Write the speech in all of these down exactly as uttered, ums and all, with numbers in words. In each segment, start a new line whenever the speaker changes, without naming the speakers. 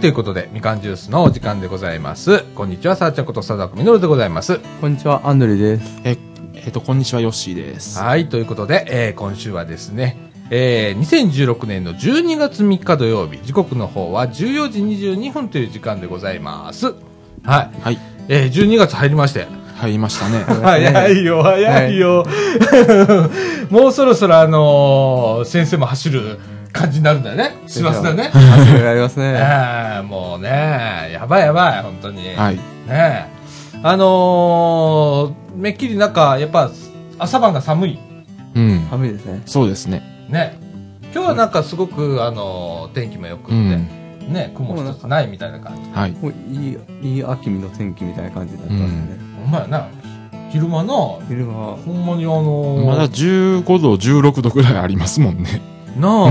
ということで、みかんジュースのお時間でございます。こんにちは、さあちゃんこと佐々木みのるでございます。
こんにちは、アンドリです。
え、えっと、こんにちは、ヨッシーです。
はい、ということで、えー、今週はですね、えー、にせんじゅうろくねんのじゅうにがつみっか土曜日、時刻の方はじゅうよじにじゅうにふんという時間でございます。はい。
はい。
えー、じゅうにがつ入りまして。
入りましたね。
早いよ、早いよ。はい、もうそろそろあのー、先生も走る感じになるんだよね。しますだね。
走るありますね。
えー、もうね、やばいやばい、本当に。
はい。
ねあのー、めっきりなんか、やっぱ、朝晩が寒い。
うん。
寒いですね。
そうですね。
ね。今日はなんかすごく、あのー、天気も良くって、うん、ね、雲一つないみたいな感じ。
はい。
もういい、いい秋の天気みたいな感じになってますね。
ほんまやな。昼間の、
昼間。
ほんまにあのー、
まだじゅうごど、じゅうろくどぐらいありますもんね。
なあ。うん。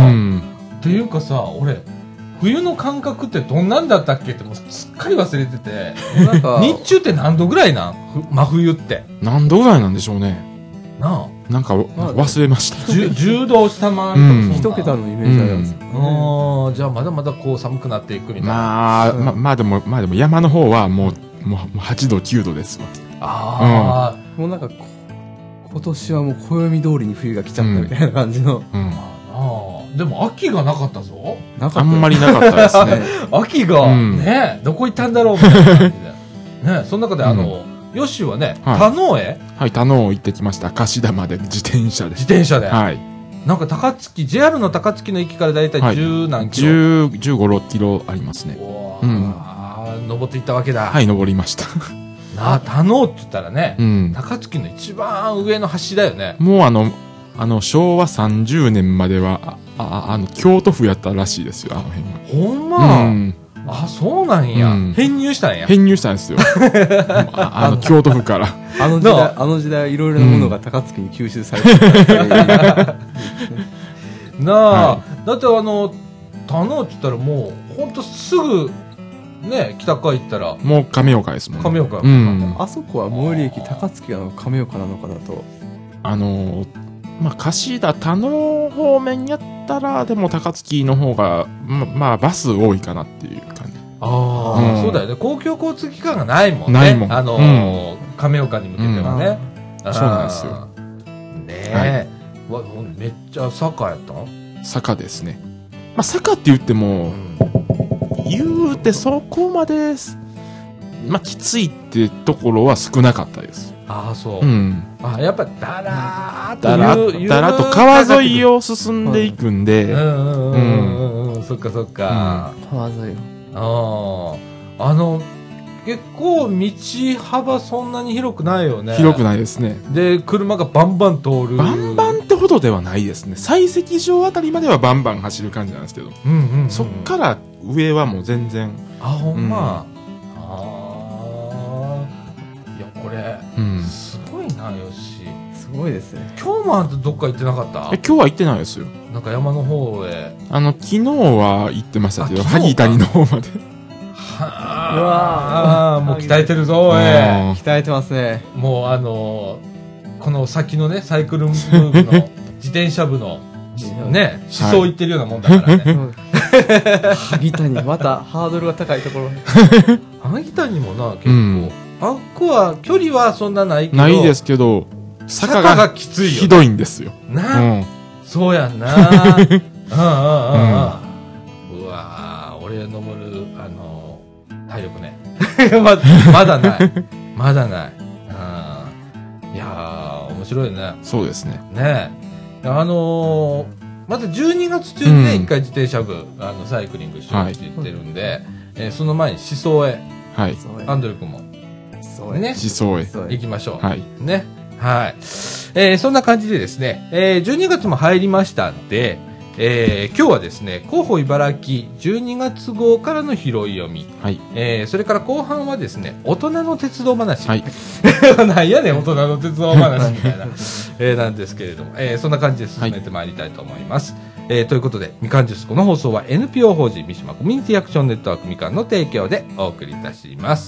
っていうかさ、俺、冬の感覚ってどんなんだったっけってもうすっかり忘れてて。なんか日中って何度ぐらいなん真冬って。
何度ぐらいなんでしょうね。
な
あ。なんか、まあ、忘れました。
じゅう, じゅうどを下回るとか、
うん、一桁のイメージあります、ね。
うん。じゃあまだまだこう寒くなっていくみたいな。
まあ、うん、ま, まあでも、まあでも山の方はもう、もうはちど、きゅうどですわ。
ああ、
うん、もうなんか、今年はもう暦通りに冬が来ちゃったみたいな感じの。うん。うん、
あでも秋がなかったぞ。
なかった。
あんまりなかったですね。
秋が、うん、ね、どこ行ったんだろうみたいな感じで。ね、その中であの、うん、ヨッシーはね、はい、田野へ
はい、田野行ってきました。柏田まで自転車で。
自転車で。
はい。
なんか高槻、ジェイアール の高槻の駅からだいたいじゅう何キロ、
はい、じゅうご、ろっキロありますね。
おー、うん、あ登っていったわけだ。
はい、登りました。
なあ、田野って言ったらね、
うん、
高槻の一番上の橋だよね。
もうあの、あの、しょうわさんじゅうねんまでは、あ、あ、あの、京都府やったらしいですよ、あの辺
は。ほんま、
うん、
あ、そうなんや、うん。編入したんや。
編入したんですよ。あ, あの、京都府から。
あの時代、あの時代はいろいろなものが高槻に吸収されてた、うん。
なあ、はい、だってあの、田野って言ったらもう、ほんとすぐ、ね、北側行ったら。
もう亀岡ですもんね。
亀岡。
うん。
あそこは最寄り駅高槻なのか亀岡なのかだと。
あのー、まあ、柏田、田野方面やったら、でも高槻の方が、ま、まあ、バス多いかなっていう感じ。
ああ、うん、そうだよね。公共交通機関がないもんね。
ないもん。
あのー、うん、亀岡に向けてはね。
うん、そうなんですよ。
ねえ、はい、わ。めっちゃ坂やったの？
坂ですね。まあ、坂って言っても、うん、言うてそこまで、まあ、きついってところは少なかったです。
ああ、そう。
うん。
あやっぱだらーっと
だらだらと川沿いを進んでいくんで、
うんうんうんうん、そっかそっか、
うん、川沿い
をあああの結構道幅そんなに広くないよね。
広くないですね。
で車がバンバン通る。
バンバンってほどではないですね。採石場あたりまではバンバン走る感じなんですけど、
うんうんうん、
そっから上はもう全然。
あほんま、
うん、
ああいやこれ、うん、すごいなよし。
すごいですね。
今日もあんたどっか行ってなかった？
え今日は行ってないですよ。
なんか山の方へ。
あの昨日は行ってましたけど、萩谷の方まで。
はあ、うわあもう鍛えてるぞおい。
鍛えてますね。
もうあのー、この先のねサイクルムーブの自転車部のね思想言ってるようなもんだからね。
萩谷またハードルが高いところ。
萩谷もな結構、うん、あっこは距離はそんなないけど。
ないですけど坂がきついよ、ね、ひどいんですよ。
な、うん、そうやんな。うんうんうんうん。うわ俺登るあの体力ね。ま, まだないまだない。いやー面白いね。
そうですね。
ねあのー、またじゅうにがつ中にね、うん、いっかい自転車部あのサイクリングしようって言ってるんで、はい、えー、その前に思想へ、
はい、
アンドル君も思想へね、
思想へ
行きましょう。
はい、
ね、はい、えー、そんな感じでですね、えー、じゅうにがつも入りましたんで、えー、今日はですね広報茨城じゅうにがつ号からの拾い読み、
はい、
えー、それから後半はですね大人の鉄道話、
はい、
なんやねん大人の鉄道話みたいな、えー、なんですけれども、えー、そんな感じで進めてまいりたいと思います、はい、えー、ということでみかんジュースこの放送は エヌピーオー 法人三島コミュニティアクションネットワークみかんの提供でお送りいたします。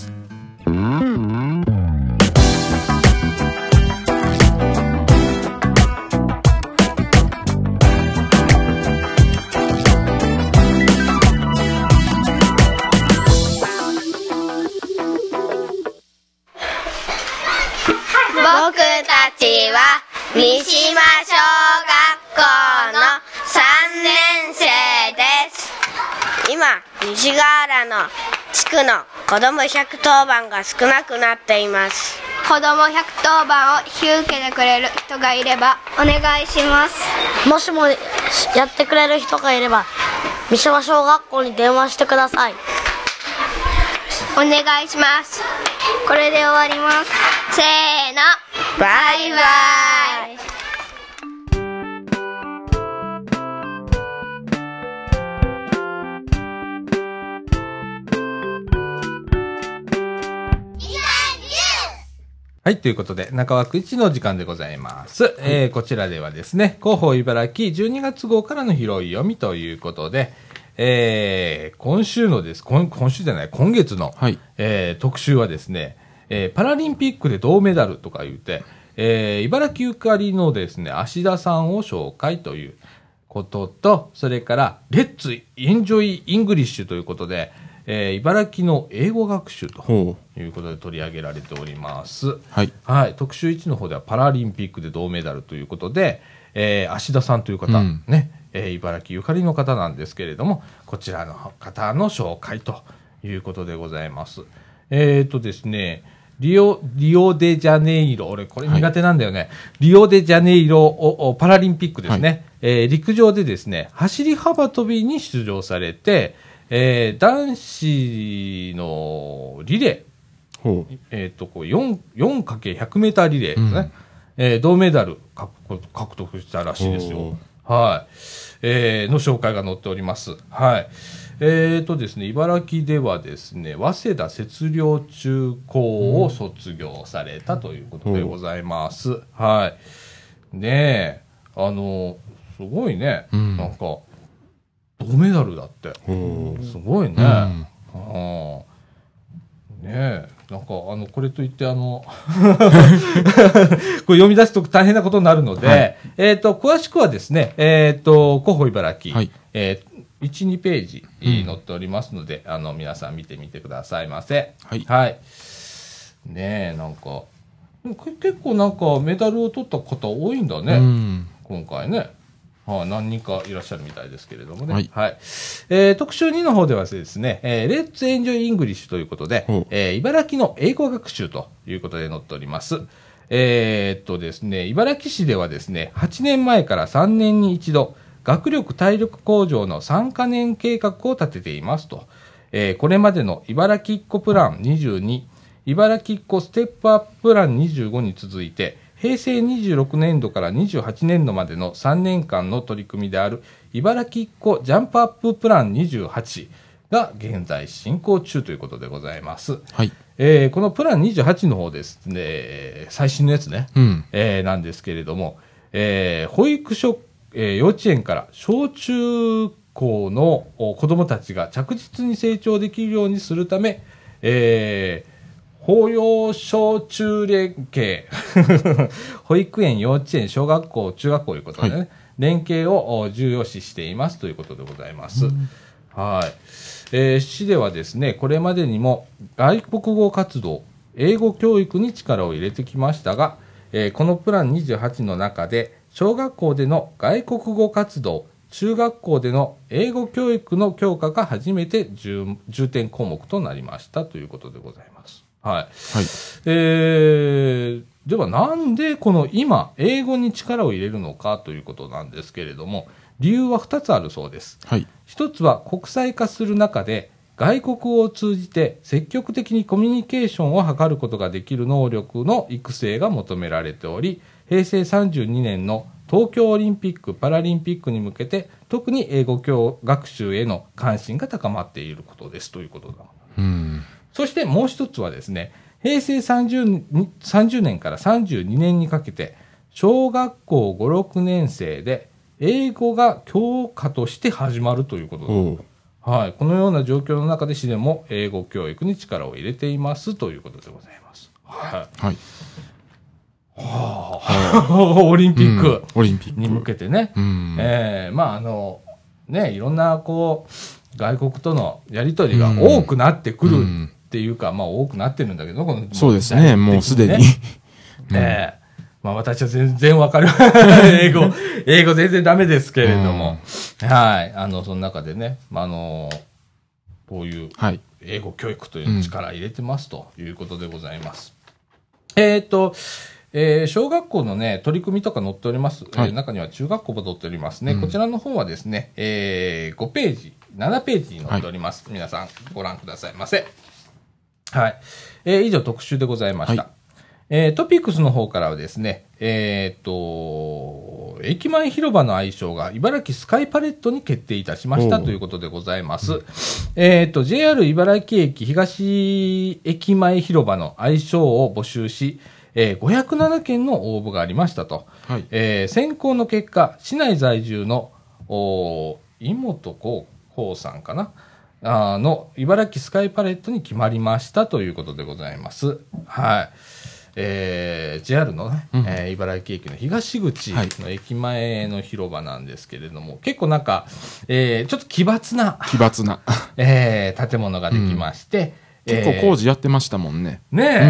僕たちは三島小学校のさんねん生です。今、西河原の地区の子どもひゃくとおばんが少なくなっています。
子どもひゃくとおばんを引き受けてくれる人がいればお願いします。
もしもやってくれる人がいれば三島小学校に電話してください。
お願いします。これで終わります。せーの、バイバイ。
はい、ということで、中枠いちの時間でございます。はい、えー、こちらではですね、広報茨城じゅうにがつ号からの拾い読みということで、えー、今週のです、今、今週じゃない、今月の、はい、えー、特集はですね、えー、パラリンピックで銅メダルとか言って、えー、茨城ゆかりのですね、芦田さんを紹介ということと、それから、レッツエンジョイイングリッシュということで、えー、茨城の英語学習ということで取り上げられております。はい。はい。特集いちの方ではパラリンピックで銅メダルということで、えー、芦田さんという方、うん、ね、えー、茨城ゆかりの方なんですけれども、こちらの方の紹介ということでございます。えーとですね、リオ、リオデジャネイロ、俺これ苦手なんだよね。はい、リオデジャネイロおパラリンピックですね、はい、えー。陸上でですね、走り幅跳びに出場されて、えー、男子のリレー、えっ、ー、と、こう よんかけるひゃく メーターリレーですね。うん、えー、銅メダル獲得したらしいですよ。はい。えー、の紹介が載っております。はい。えーとですね、茨城ではですね、早稲田節量中高を卒業されたということでございます。はい。ねえ、あの、すごいね、うん、なんか、銅メダルだって。すごいね。うん、あねえ。なんか、あの、これといって、あの、これ読み出すと大変なことになるので、はい、えっ、ー、と、詳しくはですね、えっ、ー、と、広報茨城、はい、えー、いち、にページ載っておりますので、うん、あの、皆さん見てみてくださいませ。はい。はい。ねえ、なんか、結構なんかメダルを取った方多いんだね。うん、今回ね。はあ、何人かいらっしゃるみたいですけれどもね。はい。はい、えー、特集にの方ではですね、えー、レッツエンジョイイングリッシュということで、えー、茨城の英語学習ということで載っております。えー、っとですね、茨城市ではですね、はちねんまえからさんねんに一度、学力体力向上のさんかねん計画を立てていますと。えー、これまでの茨城っ子プランにじゅうに、茨城っ子ステップアッププランにじゅうごに続いて、平成にじゅうろくねんどからにじゅうはちねんどまでのさんねんかんの取り組みである茨城っ子ジャンプアッププランにじゅうはちが現在進行中ということでございます。はい。えー、このプランにじゅうはちの方ですね、最新のやつね、うん、えー、なんですけれども、えー、保育所、えー、幼稚園から小中高の子どもたちが着実に成長できるようにするため、えー法要小中連携保育園、幼稚園、小学校、中学校ということでね、はい、連携を重要視していますということでございます。うん、はい。えー、市ではですね、これまでにも外国語活動、英語教育に力を入れてきましたが、えー、このプランにじゅうはちの中で、小学校での外国語活動、中学校での英語教育の強化が初めて 重, 重点項目となりましたということでございます。はい。はい。えー、ではなんでこの今、英語に力を入れるのかということなんですけれども、理由はふたつあるそうです。はい。一つは国際化する中で、外国語を通じて積極的にコミュニケーションを図ることができる能力の育成が求められており、平成さんじゅうにねんの東京オリンピック・パラリンピックに向けて、特に英語教学習への関心が高まっていることですということだ。うん。そしてもう一つはですね、平成さんじゅうねんからさんじゅうにねんにかけて、小学校ご、ろくねん生で英語が教科として始まるということだ。はい。このような状況の中で市でも英語教育に力を入れていますということでございます。はい。はい。はあ、オリンピック、うん、オリンピックに向けてね。うん、えー、まああの、ね、いろんなこう、外国とのやりとりが多くなってくる、うんっていうか、まあ多くなってるんだけど、この
そうですね、もうすでに。
ええまあ私は全然わかる。英語、英語全然ダメですけれども。はい。あの、その中でね、あの、こういう英語教育という力入れてますということでございます。うん、えっ、ー、と、えー、小学校のね、取り組みとか載っております。はい、えー、中には中学校も載っておりますね。うん、こちらの方はですね、えー、ごページ、ななページに載っております。はい、皆さんご覧くださいませ。はい。えー、以上特集でございました。はい、えー、トピックスの方からはですね、えー、と、駅前広場の愛称が茨城スカイパレットに決定いたしましたということでございます。えー、と、ジェイアール 茨城駅東駅前広場の愛称を募集し、えー、ごひゃくななけんの応募がありましたと。はい、えー、選考の結果、市内在住の、お井本幸幸さんかなあの、茨城スカイパレットに決まりましたということでございます。はい。えー、ジェイアール のね、うん、えー、茨城駅の東口の駅前の広場なんですけれども、はい、結構なんか、えー、ちょっと奇抜な、
奇抜な、
えー、建物ができまして、
うん、結構工事やってましたもんね。
ねえ。うん、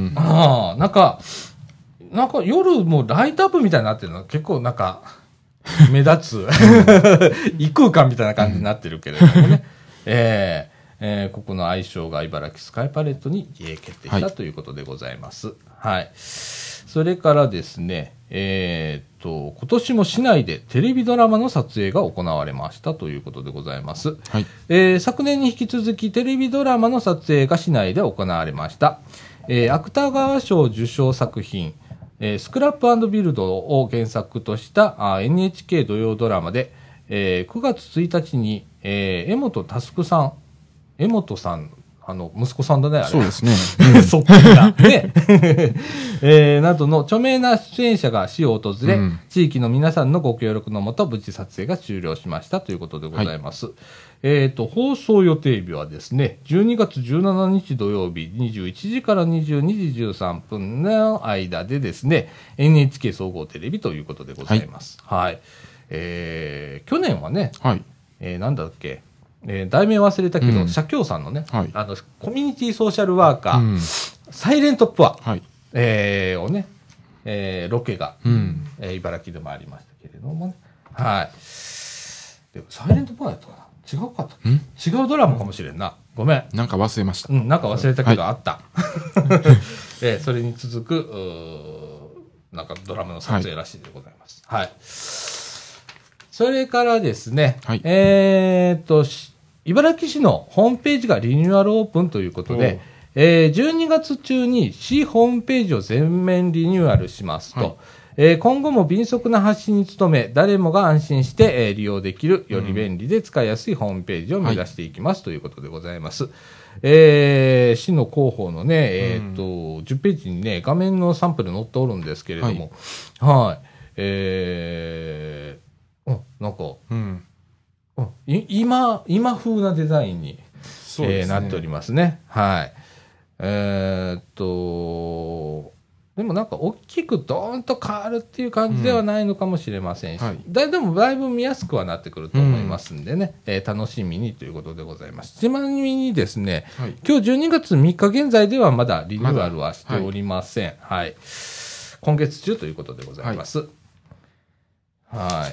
ああ、なんか、なんか夜もライトアップみたいになってるの結構なんか、目立つ、異空間みたいな感じになってるけれどもね。うん、えーえー、ここの愛称が茨城スカイパレットに決定したということでございます。はい。はい、それからですね、えー、っと、今年も市内でテレビドラマの撮影が行われましたということでございます。はい。えー、昨年に引き続きテレビドラマの撮影が市内で行われました。えー、芥川賞受賞作品、えー、スクラップ&ビルドを原作としたあ エヌエイチケー 土曜ドラマで、えー、くがつついたちに、えー、江本佑さん、江本さん、あの、息子さんだね、あれ。
そうですね。
そっくりだ。ね。えー、などの著名な出演者が市を訪れ、うん、地域の皆さんのご協力のもと、無事撮影が終了しましたということでございます。はい、えっと、放送予定日はですね、じゅうにがつじゅうしちにち土曜日、にじゅういちじからにじゅうにじじゅうさんぷんの間でですね、エヌエイチケー 総合テレビということでございます。はい。はい、えー、去年はね、はい、えー、なんだっけ、えー、題名忘れたけど、うん、社協さんのね、はい、あの、コミュニティソーシャルワーカー、うん、サイレントプア、はい、えー、をね、えー、ロケが、うん、えー、茨城でもありましたけれどもね。はい。でもサイレントプアやったかな違うかった、違うドラマかもしれんな。ごめん。
なんか忘れました。
うん、なんか忘れたけど、あった。はい、えー、それに続く、うなんかドラマの撮影らしいでございます。はい。はい、それからですね、はい、えー、っと、茨城市のホームページがリニューアルオープンということで、えー、じゅうにがつ中に市ホームページを全面リニューアルしますと、はい、えー、今後も迅速な発信に努め、誰もが安心して、えー、利用できる、より便利で使いやすいホームページを目指していきます、はい、ということでございます。えー、市の広報のね、えー、っと、じゅっページにね、画面のサンプル載っておるんですけれども、はい、はい、えー、うん、なんか、うんうん、今、今風なデザインに、そうですね、えー、なっておりますね。はい。えー、っと、でもなんか大きくドーンと変わるっていう感じではないのかもしれませんし、うん、はい、だでもだいぶ見やすくはなってくると思いますんでね、うん、えー、楽しみにということでございます。ちなみにですね、はい、今日じゅうにがつみっか現在ではまだリニューアルはしておりません。はい。はい、今月中ということでございます。はい。はい、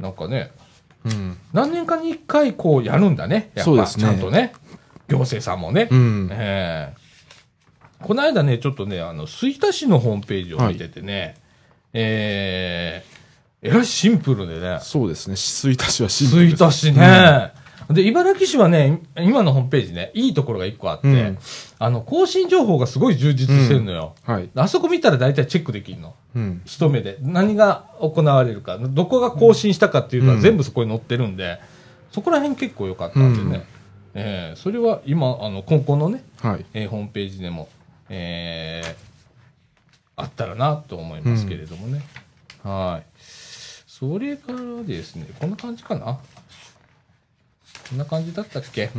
なんかね、うん、何年かにいっかいこうやるんだね。やっぱそうですね、ちゃんとね。行政さんもね。うん、えー、この間ね、ちょっとね、あの、吹田市のホームページを見ててね、はい、えー、えらいシンプルでね。
そうですね。吹田市はシンプルです。
吹田市ね、うん。で、茨城市はね、今のホームページね、いいところが一個あって、うん、あの、更新情報がすごい充実してるのよ。うん、はい。あそこ見たら大体チェックできるの。うん。一目で。何が行われるか、どこが更新したかっていうのは全部そこに載ってるんで、うん、そこら辺結構良かったんでね。うん、えー、それは今、あの、今後のね、はい、えー、ホームページでも、えー、あったらなと思いますけれどもね。うん、はい。それからですね、こんな感じかな。こんな感じだったっけ。うん、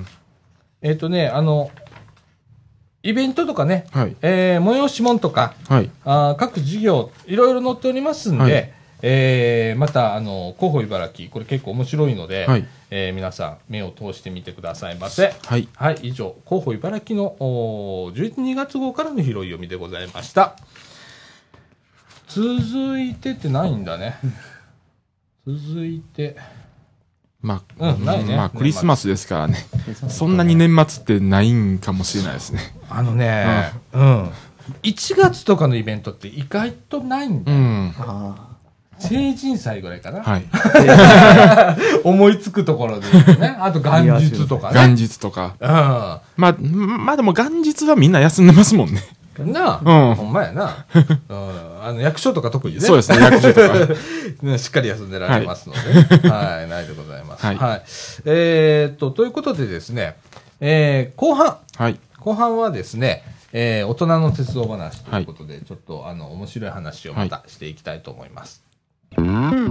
えっ、ー、とね、あの、イベントとかね、はい、えー、催し物とか、はい、あ各事業、いろいろ載っておりますんで、はい、 えー、また、あの、広報茨城、これ結構面白いので、
はい、
えー、皆さん、目を通してみてくださいませ。
はい。
はい、以上、広報茨城のじゅうにがつ号からの拾い読みでございました。続いてってないんだね。続いて。
まあ、
うん、ないね。
まあ、クリスマスですからね。そんなに年末ってないんかもしれないですね。
あのね、うん、うん。いちがつとかのイベントって意外とないんだよ。うん。成人祭ぐらいかな。はい。思いつくところで言うとね。あと元日とかね。
元日とか。うん。まあ、まあでも元日はみんな休んでますもんね。
なあ、うん、ほんまやな。うん、あの役所とか特にね。
そうですね、役所とか。
ね、しっかり休んでられますので、はい、はい、ないでございます。はい。はい、えー、っと、ということでですね、えー、後半。はい。後半はですね、えー、大人の鉄道話ということで、はい、ちょっと、あの、面白い話をまたしていきたいと思います。はい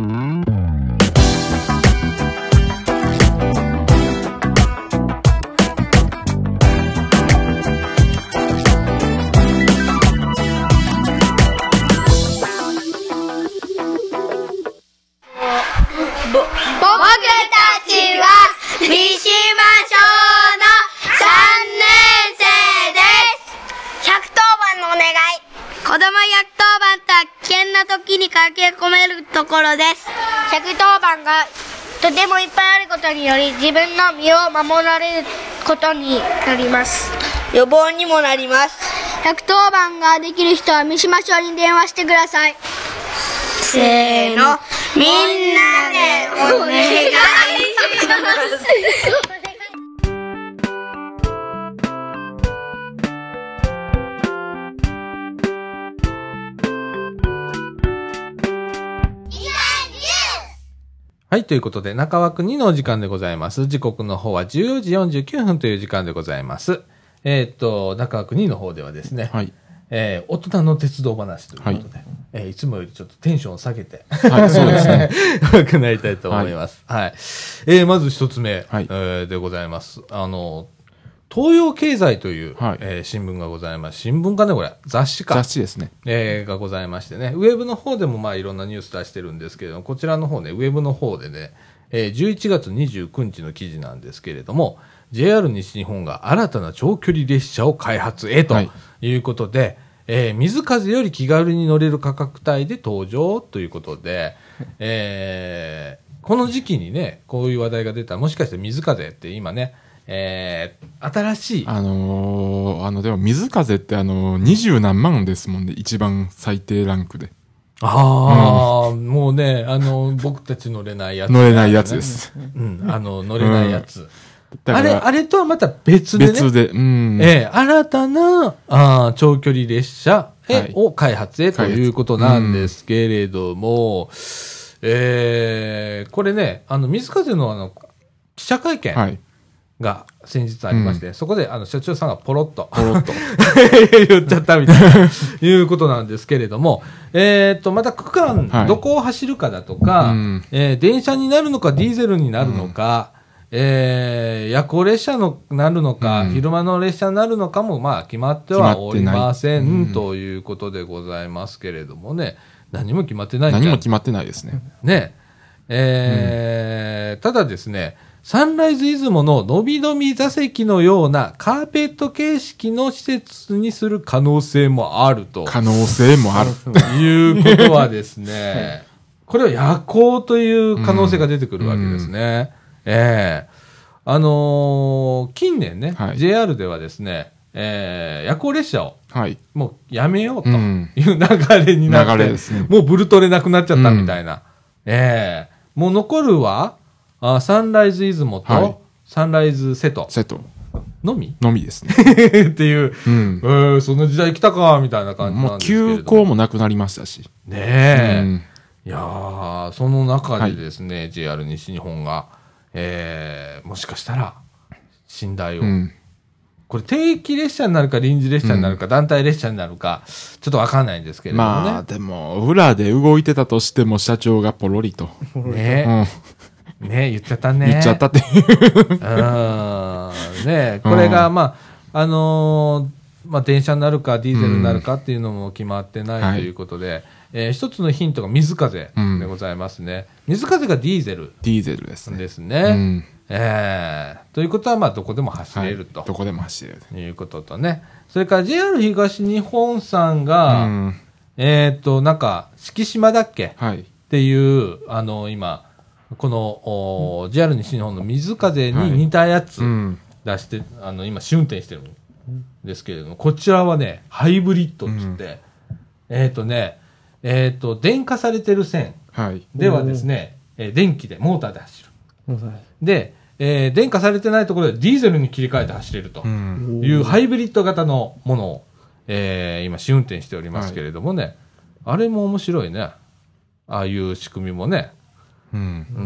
子供ひゃくとおばんとは危険な時に駆け込めるところです。ひゃくとおばんがとてもいっぱいあることにより自分の身を守られることになります。予防にもなります。ひゃくとおばんができる人は三島署に電話してください。せーの、みんなでお願いします。
はい、ということで、中枠にのお時間でございます。時刻の方はじゅうよじよんじゅうきゅうふんという時間でございます。えー、っと、中枠にの方ではですね、はい、えー、大人の鉄道話ということで、はい、えー、いつもよりちょっとテンションを下げて、はい、そうですね。よくなりたいと思います。はい。はい、えー、まず一つ目、はい、えー、でございます。あの、東洋経済という、はい、えー、新聞がございます。新聞かね、これ。雑誌か。
雑誌ですね。
えー、がございましてね。ウェブの方でもまあいろんなニュース出してるんですけれども、こちらの方ね、ウェブの方でね、えー、じゅういちがつにじゅうくにちの記事なんですけれども、ジェイアール 西日本が新たな長距離列車を開発へということで、はい、えー、水風より気軽に乗れる価格帯で登場ということで、えー、この時期にね、こういう話題が出たら、もしかして水風って今ね、えー、新しい。
あのー、あの、でも水風ってあのー、二十何万ですもんね、一番最低ランクで。
ああ、うん、もうね、あの、僕たち乗れないやつ、ね。
乗れないやつです。
うん、あの、乗れないやつ。うん、あれ、あれとはまた別でね。
別で、うん。
えー、新たな、あ長距離列車へ、はい、を開発へということなんですけれども、うん、えー、これね、あの、水風のあの、記者会見。はい、が先日ありまして、うん、そこであの社長さんがポロッと
ポロッと
言っちゃったみたいないうことなんですけれども、えっとまた区間、はい、どこを走るかだとか、うん、えー、電車になるのかディーゼルになるのか、うん、えー、夜行列車になるのか、うん、昼間の列車になるのかもまあ決まってはおりません、うん、ということでございますけれどもね、何も決まってないんじゃん。
何も決まってないですね。
ね、えーうん、ただですね、サンライズ出雲ののびのび座席のようなカーペット形式の施設にする可能性もあると。
可能性もある。
いうことはですね、これは夜行という可能性が出てくるわけですね。うん、ええー、あのー、近年ね、はい、ジェイアール ではですね、えー、夜行列車を、はい、もうやめようという流れになって、流れですね、もうブルトレなくなっちゃったみたいな。うん、ええー、もう残るは、あサンライズ出雲と、はい、サンライズ瀬戸。
瀬戸。
のみ
のみですね。
っていう、うん、えー、その時代来たか、みたいな感じなんですけれども。
もう休校もなくなりましたし。
ねえ。うん、いやー、その中でですね、はい、ジェイアール 西日本が、えー、もしかしたら、寝台を、うん、これ定期列車になるか臨時列車になるか、うん、団体列車になるか、ちょっとわかんないんですけれどもね。
まあ、でも、裏で動いてたとしても社長がポロリと。
ねえ。うんね、言っちゃったね。
言っちゃったっていう。
うん。ね、これが、まあ、あのー、 まあ、電車になるかディーゼルになるかっていうのも決まってないということで、はい、えー、一つのヒントが水風でございますね。うん、水風がディーゼル。
ディーゼルですね。
ですね。うん、えー、ということは、まあ、どこでも走れると、
はい。どこでも走れる。
ということとね。それから ジェイアール 東日本さんが、うん、えっ、ー、と、なんか、敷島だっけ、はい、っていう、あの、今、この、ジェイアール 西日本の水風に似たやつ出して、はい、うん、あの、今、試運転してるんですけれども、こちらはね、ハイブリッドって言って、うん、えっ、ー、とね、えっ、ー、と、電化されてる線ではですね、はい、えー、電気で、モーターで走る。で、えー、電化されてないところでディーゼルに切り替えて走れるというハイブリッド型のものを、えー、今試運転しておりますけれどもね、はい、あれも面白いね。ああいう仕組みもね。うん。うん、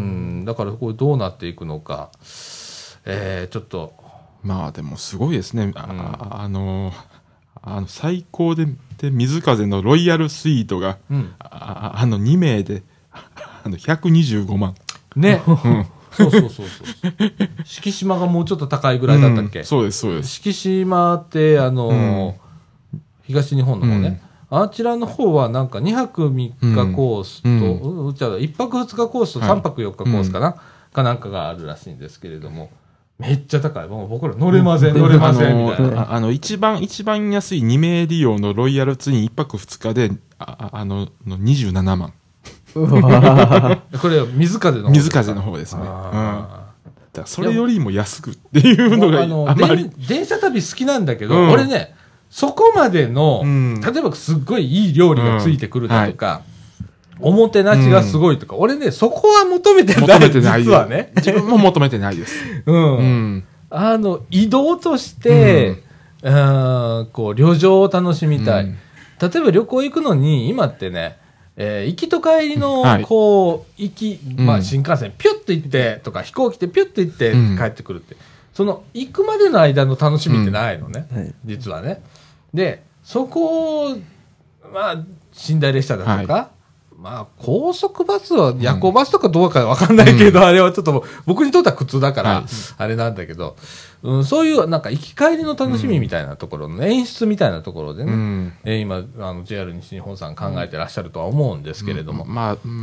だからこれどうなっていくのか、えー、ちょっと。
まあでもすごいですね。うん、あ, あの、あの最高で、で水風のロイヤルスイートが、うん、あ, あのに名であのひゃくにじゅうごまん。
ね。うんそうそうそうそう。敷島がもうちょっと高いぐらいだったっけ、うん、
そうです、そうです。
敷島って、あのーうん、東日本の方ね、うん、あちらの方はなんかにはくみっかコースと、うん、うちはいっぱくふつかコースとさんぱくよっかコースかな、はい、かなんかがあるらしいんですけれども、めっちゃ高い。もう僕ら乗れません、うん、乗れません、みたいな。
あの、一番、一番安いに名利用のロイヤルツインいっぱくふつかで、あ、あの、のにじゅうななまん。
これは水風の方
水風の方ですね。うん。だそれよりも安くっていうのがあの
あまり電車旅好きなんだけど、うん、俺ねそこまでの、うん、例えばすっごいいい料理がついてくるだとか、うんはい、おもてなしがすごいとか、うん、俺ねそこは求めてない。求めてない実はね
自分も求めてないです。
うん。うん、あの移動として、うん、あこう旅情を楽しみたい、うん。例えば旅行行くのに今ってね。えー、行きと帰りの、こう、行き、まあ、新幹線、ピュッと行って、とか、飛行機でピュッと行って、帰ってくるって。その、行くまでの間の楽しみってないのね。実はね。で、そこを、まあ、寝台列車だとか、まあ、高速バスは、夜行バスとかどうかわかんないけど、あれはちょっと、僕にとっては苦痛だから、あれなんだけど、うん、そういう、なんか、行き帰りの楽しみみたいなところの、演出みたいなところでね、うん、えー、今、あの、ジェイアール 西日本さん考えてらっしゃるとは思うんですけれども。
うん、まあ、うん、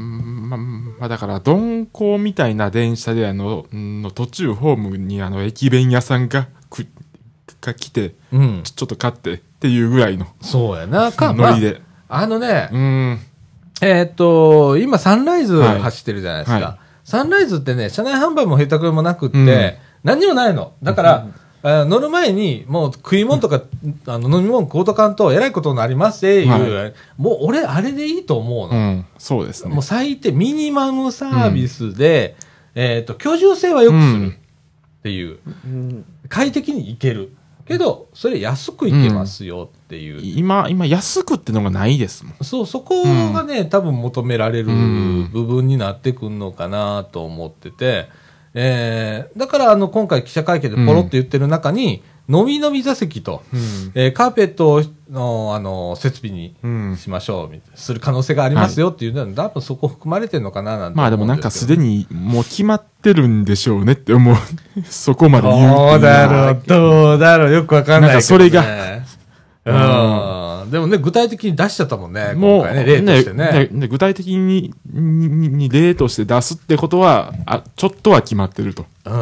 まあ、まあ、だから、鈍行みたいな電車で、あの、の途中ホームに、あの、駅弁屋さんが、く、が来て、うん、ちょっと買ってっていうぐらいの。
そうやな、
か、ノリで。
まあ、あのね、うん、えー、っと、今、サンライズ走ってるじゃないですか。はいはい、サンライズってね、車内販売もへったくれもなくって、うん何にもないの。だから、うん、乗る前に、もう食い物とか、あの飲み物買うとかんと、えらいことになりますっていう、はい、もう俺、あれでいいと思うの。うん、
そうですね。
もう最低、ミニマムサービスで、うん、えっと、居住性は良くするっていう、うん、快適に行ける。けど、それ安く行けますよっていう。うん、
今、今、安くってのがないですもん。
そう、そこがね、うん、多分求められる部分になってくるのかなと思ってて、えー、だからあの今回記者会見でポロッと言ってる中に、うん、のみのみ座席と、うんえー、カーペットの、あの設備にしましょう、うん、する可能性がありますよっていうのは、はい、多分そこ含まれてるのかななんて思うんですけど。
まあでもなんかすでにもう決まってるんでしょうねって思う。そこまで言う。
どうだろう、どうだろう、よくわかんないけど、ね。なんか
それが。
うん、でもね、具体的に出しちゃったもんね、今回ね、例としてね。
ねね具体的ににに例として出すってことは、あちょっとは決まってると、うん、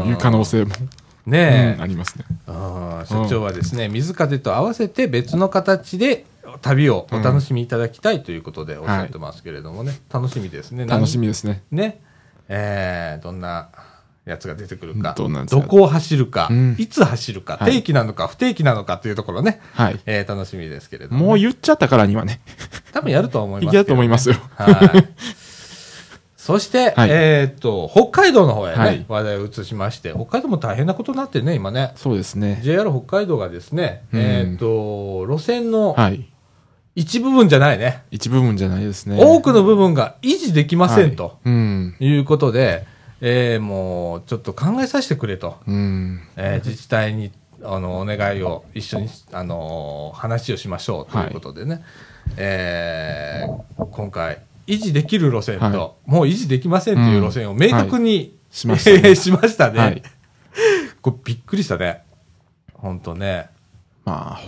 いう可能性も、
ね
うん、ありますね。
あ所長はですね、水風と合わせて別の形で旅をお楽しみいただきたいということでおっしゃってますけれどもね、うんはい、楽しみですね。
楽しみですね。
ね、えー、どんなやつが出てくるか、ど, どこを走るか、うん、いつ走るか、はい、定期なのか不定期なのかというところね、はいえー、楽しみですけれども、ね、
もう言っちゃったからにはね
多分やるとは思いますけど、ね、
やると思いますよ。
はいそして、はい、えっ、ー、と北海道の方へね、はい、話題を移しまして、北海道も大変なことになってね今ね。
そうですね。
ジェイアール 北海道がですね、うん、えっ、ー、と路線の一部分じゃないね。
一部分じゃないですね。
多くの部分が維持できません、はい、と、うん、いうことで。えー、もうちょっと考えさせてくれと、うんえー、自治体にあのお願いを一緒にあの話をしましょうということでね、はいえー、今回維持できる路線と、はい、もう維持できませんという路線を明確に、うんはい、しましたね。しましたねはい、これびっくりしたね本当ね。
まあ北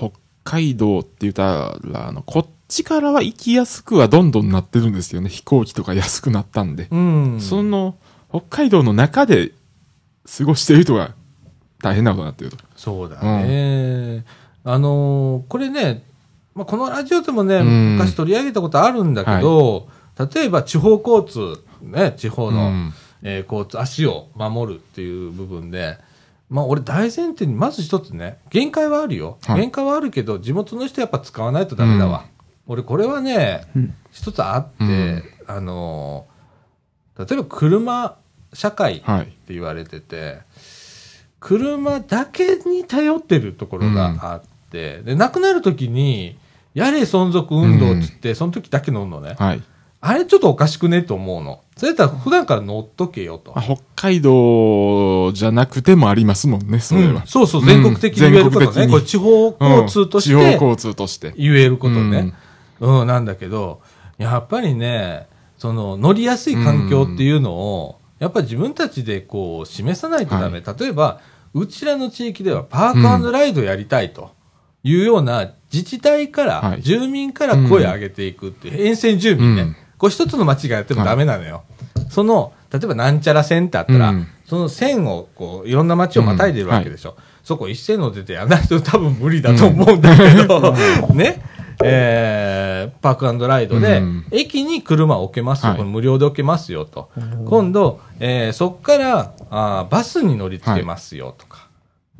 海道って言ったら、あの、こっちからは行きやすくはどんどんなってるんですよね。飛行機とか安くなったんで。
うん。
その、北海道の中で過ごしてる人が大変なことになってると。
そうだね。うん、あのー、これね、まあ、このラジオでもね、うん、昔取り上げたことあるんだけど、はい、例えば地方交通、ね、地方の、うんえー、交通、足を守るっていう部分で、まあ俺大前提にまず一つね、限界はあるよ。はい、限界はあるけど、地元の人やっぱ使わないとダメだわ。うん、俺これはね、うん、一つあって、うん、あのー、例えば車社会って言われてて、はい、車だけに頼ってるところがあって、うん、で、亡くなるときに、やれ存続運動っつって、うん、その時だけ乗るのね。はいあれちょっとおかしくねと思うの。それやったら普段から乗っとけよと。
北海道じゃなくてもありますもんね、それは。うん、
そうそう、全国的に言えることね。うん、これ地方交通として、うん。
地方交通として。
言えることね。うん、うん、なんだけど、やっぱりね、その乗りやすい環境っていうのを、やっぱり自分たちでこう示さないとダメ。はい、例えば、うちらの地域ではパーク&ライドやりたいというような自治体から、はい、住民から声を上げていくっていう、沿線住民ね。うんこれ一つの町がやってもダメなのよ。はい、その、例えばなんちゃら線ってあったら、うん、その線をこう、いろんな町をまたいでるわけでしょ。うんはい、そこ一線の出てやらないと多分無理だと思うんだけど、うん、ね。えー、パーク&ライドで、うん、駅に車を置けますよ。はい、これ無料で置けますよと。今度、えー、そこからあバスに乗り付けますよとか。はい、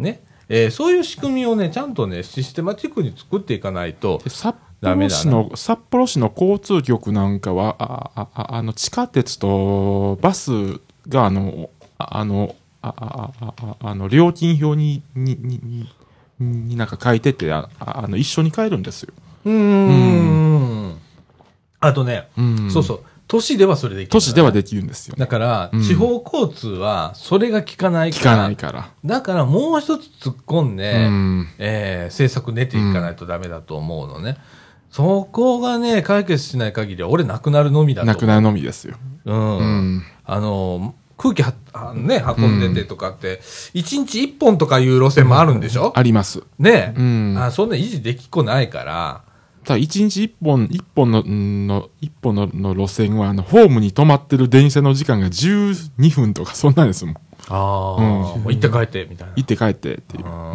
ね。えー、そういう仕組みをね、ちゃんとね、システマチックに作っていかないと、ダメだな。
札幌市の、札幌市の交通局なんかは、あ、あ、あ、あの、地下鉄とバスが、あの、あの、あ、あ、あ、あの、料金表に、に、に、になんか書いてて、あ、あの、一緒に買えるんですよ。
うーん。うん、あとね、うん、そうそう。都市ではそれできる、ね。
都市ではできるんですよ、ね。
だから、うん、地方交通は、それが効かないから。
効かないから。
だから、もう一つ突っ込んで、うん、えー、政策練っていかないとダメだと思うのね。うんそこがね、解決しない限りは、俺、なくなるのみだと思う。
なくなるのみですよ。
うん。うん、あの、空気は、ね、運んでてとかって、一、うん、日一本とかいう路線もあるんでしょ、うん、
あります。
ね、うん、あ。そんな維持できっこないから。
ただ、一日一本、一本の、の、一本のの路線は、あの、ホームに止まってる電車の時間がじゅうにふんとか、そんなんですもん。
ああ、うん、もう行って帰って、みたいな。
行って帰ってっていう。うん、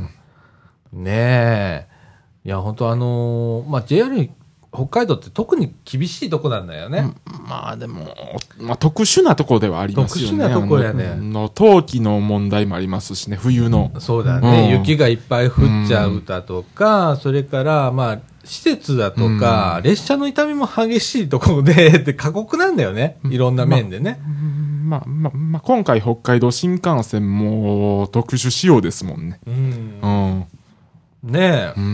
ねえ。いや、本当あのー、まあ、ジェイアール 北海道って特に厳しいとこなんだよね。
うん、まあでも、まあ特殊なとこではありますよね。
特殊なとこやね。
の、冬季の問題もありますしね、冬の。
そうだね。うん、雪がいっぱい降っちゃうだとか、うん、それから、まあ、施設だとか、うん、列車の痛みも激しいところで、で、過酷なんだよね。いろんな面でね。
まあ、まあ、まあ、今回北海道新幹線も特殊仕様ですもんね。うん。
うんねえ。うん。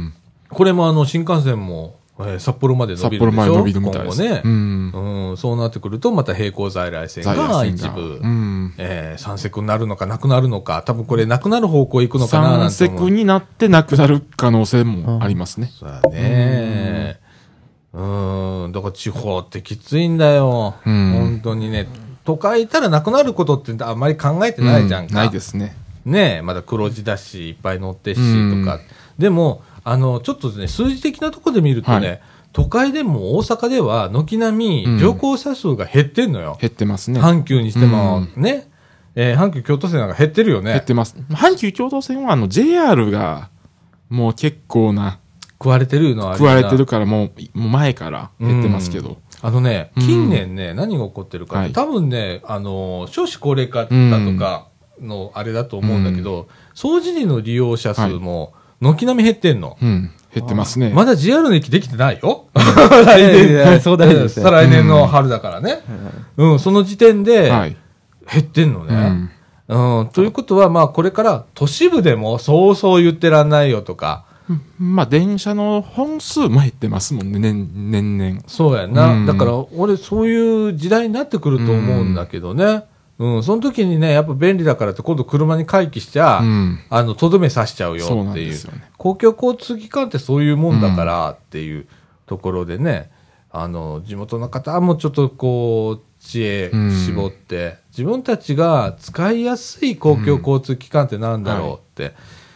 これもあの、新幹線も、えー、札幌まで伸びるでしょ。
札幌まで伸びるみたいです。
今後ね。うん。うん。そうなってくると、また並行在来線が一部、うん、えー、三セクになるのかなくなるのか、多分これなくなる方向行くのかななんて思う。
三セクになってなくなる可能性もありますね。
そうだね。うん。うん。だから地方ってきついんだよ。うん。本当にね。都会行ったらなくなることってあんまり考えてないじゃんか。
うん、ないですね。
ねえ、まだ黒字だし、いっぱい乗ってし、とか。でも、あの、ちょっとね、数字的なところで見るとね、はい、都会でも大阪では、軒並み乗降者数が減ってんのよ。
うん、減ってますね。
阪急にしても、うん、ね、えー、阪急京都線なんか減ってるよね。
減ってます。阪急京都線は、あの、ジェイアール が、もう結構な。
食われてるのはあ
る食われてるから、もう、もう前から減ってますけど。うん
あのね、近年ね、うん、何が起こってるか、はい、多分ね、あの、少子高齢化だとかのあれだと思うんだけど、うん、掃除時の利用者数も、軒並み減ってんの。
うん、減ってますね。
まだ ジェイアール の駅できてないよ。
来年。いやいやそうだね。
再来年の春だからね。うん、うん、その時点で、減ってんのね。うんうん、ということは、まあ、これから都市部でもそうそう言ってらんないよとか、
まあ、電車の本数も減ってますもんね、年、年々。
そうやな。うん、だから、俺、そういう時代になってくると思うんだけどね。うん、うん、その時にね、やっぱ便利だからって、今度車に回帰しちゃ、うん、あの、とどめさしちゃうよっていう。そう、ね、公共交通機関ってそういうもんだからっていうところでね、うん、あの、地元の方もちょっとこう、知恵絞って、うん、自分たちが使いやすい公共交通機関ってなんだろうって、うんはい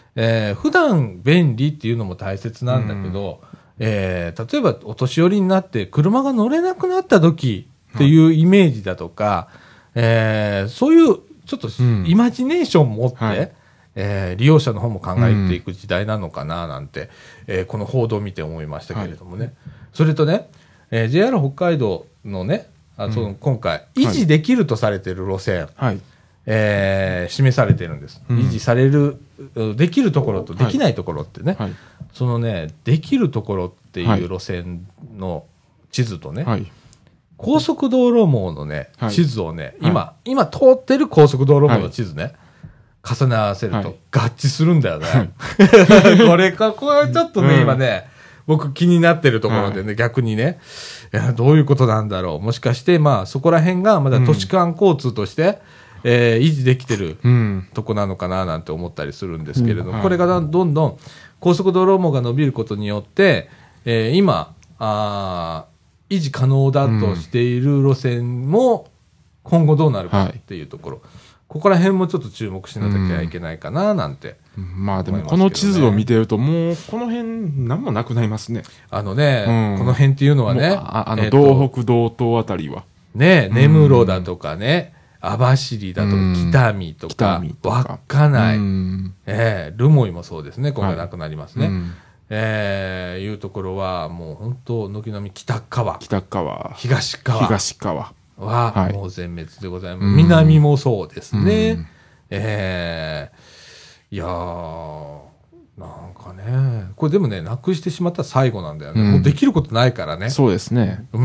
えー、普段便利っていうのも大切なんだけど、うん、えー、例えばお年寄りになって車が乗れなくなった時っていうイメージだとか、はい、えー、そういうちょっとイマジネーションを持って、うん、はい、えー、利用者の方も考えていく時代なのかななんて、うん、えー、この報道を見て思いましたけれどもね。はい、それとね、えー、ジェイアール 北海道のね、あその今回、うん、維持できるとされている路線、はい、えー、示されているんです。うん、維持される、できるところとできないところってね、はいはい、そのね、できるところっていう路線の地図とね、はい、高速道路網のね、はい、地図をね、今、はい、今通ってる高速道路網の地図ね、はい、重ね合わせると合致するんだよね。はい、これか、これちょっとね、うん、今ね、僕気になってるところでね、はい、逆にね、いや、どういうことなんだろう。もしかして、まあ、そこら辺がまだ都市間交通として、うん、えー、維持できてるとこなのかななんて思ったりするんですけれども、うん、はい、これがどんどん高速道路網が伸びることによって、えー、今あ、維持可能だとしている路線も今後どうなるかっていうところ、はい、ここら辺もちょっと注目しなきゃいけないかななんて、
うん、まあでもこの地図を見てるともうこの辺何もなくなりますね。
あのね、うん、この辺っていうのはね、
あ, あの道北道東あたりは
ね、根室だとかね、網走だとか北見とか稚内、えー、留萌もそうですね、今回なくなりますね、はい、うん、えー、いうところはもう本当軒並み北川
北川
東川
東川
はもう全滅でございます、はい、南もそうですね、うん、えー、いやーなんかね、これでもね、なくしてしまったら最後なんだよね、うん、もうできることないからね。
そうですね、
うん、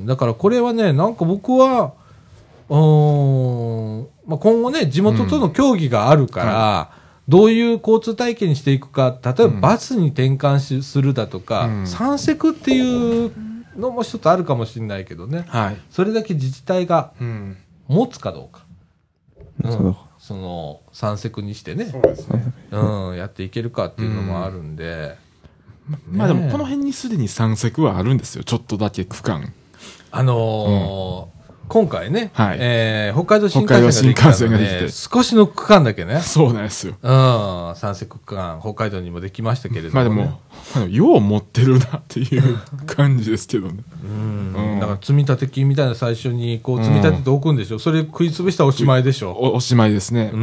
だからこれはね、なんか僕はうーん、まあ、今後ね、地元との協議があるから、うん、はい、どういう交通体系にしていくか、例えばバスに転換しするだとか、うん、三セクっていうのも一つあるかもしれないけどね、はい、それだけ自治体が持つかどうか、うん、その三セクにしてね、そうですね、うん、やっていけるかっていうのもあるんで、
うん、ね、まあでもこの辺にすでに三セクはあるんですよ、ちょっとだけ区間。あ
のーうん、今回ね、はい、えー、北海道新幹線ができたので、少しの区間だけね。
そうなんですよ。
うん、三セク区間、北海道にもできましたけれども、ね。ま
あでも、よう持ってるなっていう感じですけどね。
うん。うん、だから積立金みたいな最初にこう積み立てておくんでしょ。うん、それ食いつぶしたらおしまいでしょ。
お, おしまいですね。
うん。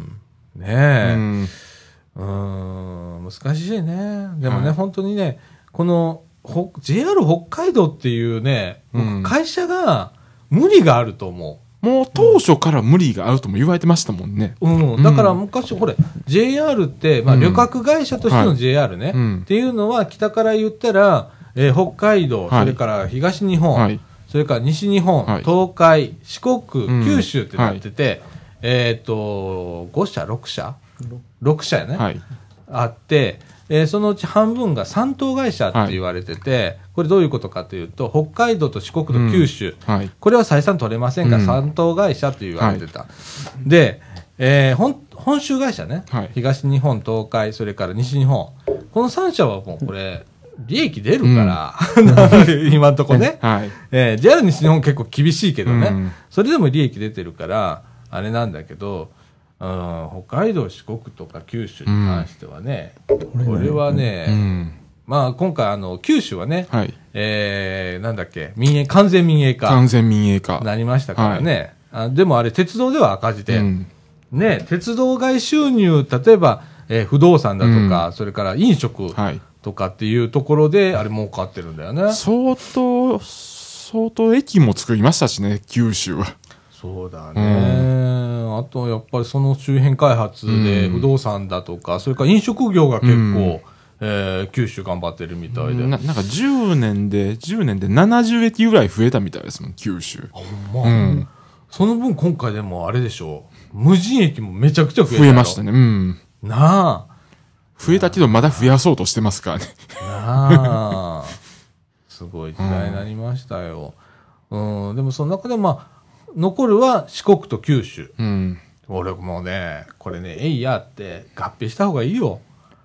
ねえ。うん。うん、難しいね。でもね、はい、本当にね、この、ジェイアール 北海道っていうね、うん、会社が、無理があると思
う。もう当初から無理があるとも言われてましたもんね。
うん。うん、だから昔、これ、ジェイアール って、まあ、旅客会社としての ジェイアール ね、うんはい、っていうのは、北から言ったら、えー、北海道、はい、それから東日本、はい、それから西日本、はい、東海、四国、うん、九州ってなってて、はい、えっ、ー、と、ごしゃ、ろくしゃ ?ろく 社やね、はい、あって、えー、そのうち半分が三等会社って言われてて、はい、これどういうことかというと、北海道と四国と九州、うんはい、これは採算取れませんが、うん、三等会社と言われてた。はい、で、えー、本、本州会社ね、はい、東日本、東海、それから西日本、このさん社はもうこれ、利益出るから、うん、今んとこね、はい、えー、ジェイアール 西日本結構厳しいけどね、うん、それでも利益出てるから、あれなんだけど、うん、北海道、四国とか九州に関してはね、うん、これはね、うん、まあ今回あの九州はね、はい、えー、なんだっけ、民営、完全民営化。
完全民営化。
なりましたからね。はい、あでもあれ鉄道では赤字で、うん、ね、鉄道外収入、例えば、えー、不動産だとか、うん、それから飲食とかっていうところで、あれ儲かってるんだよね。
相当、相当駅も作りましたしね、九州は。
そうだね、うん、あとやっぱりその周辺開発で不動産だとか、うん、それから飲食業が結構、うん、えー、九州頑張ってるみたいで、
な, なんかじゅうねんでじゅうねんでななじゅう駅ぐらい増えたみたいですもん、九州。
ほんま、うん、その分今回でもあれでしょう、無人駅もめちゃくちゃ増えた。
増えましたね。うん。
なあ、
増えたけどまだ増やそうとしてますからね。
なあ、すごい時代になりましたよ。うん、うん、でもその中でまあ残るは四国と九州。うん。俺もうね、これね、えいやって合併した方がいいよ。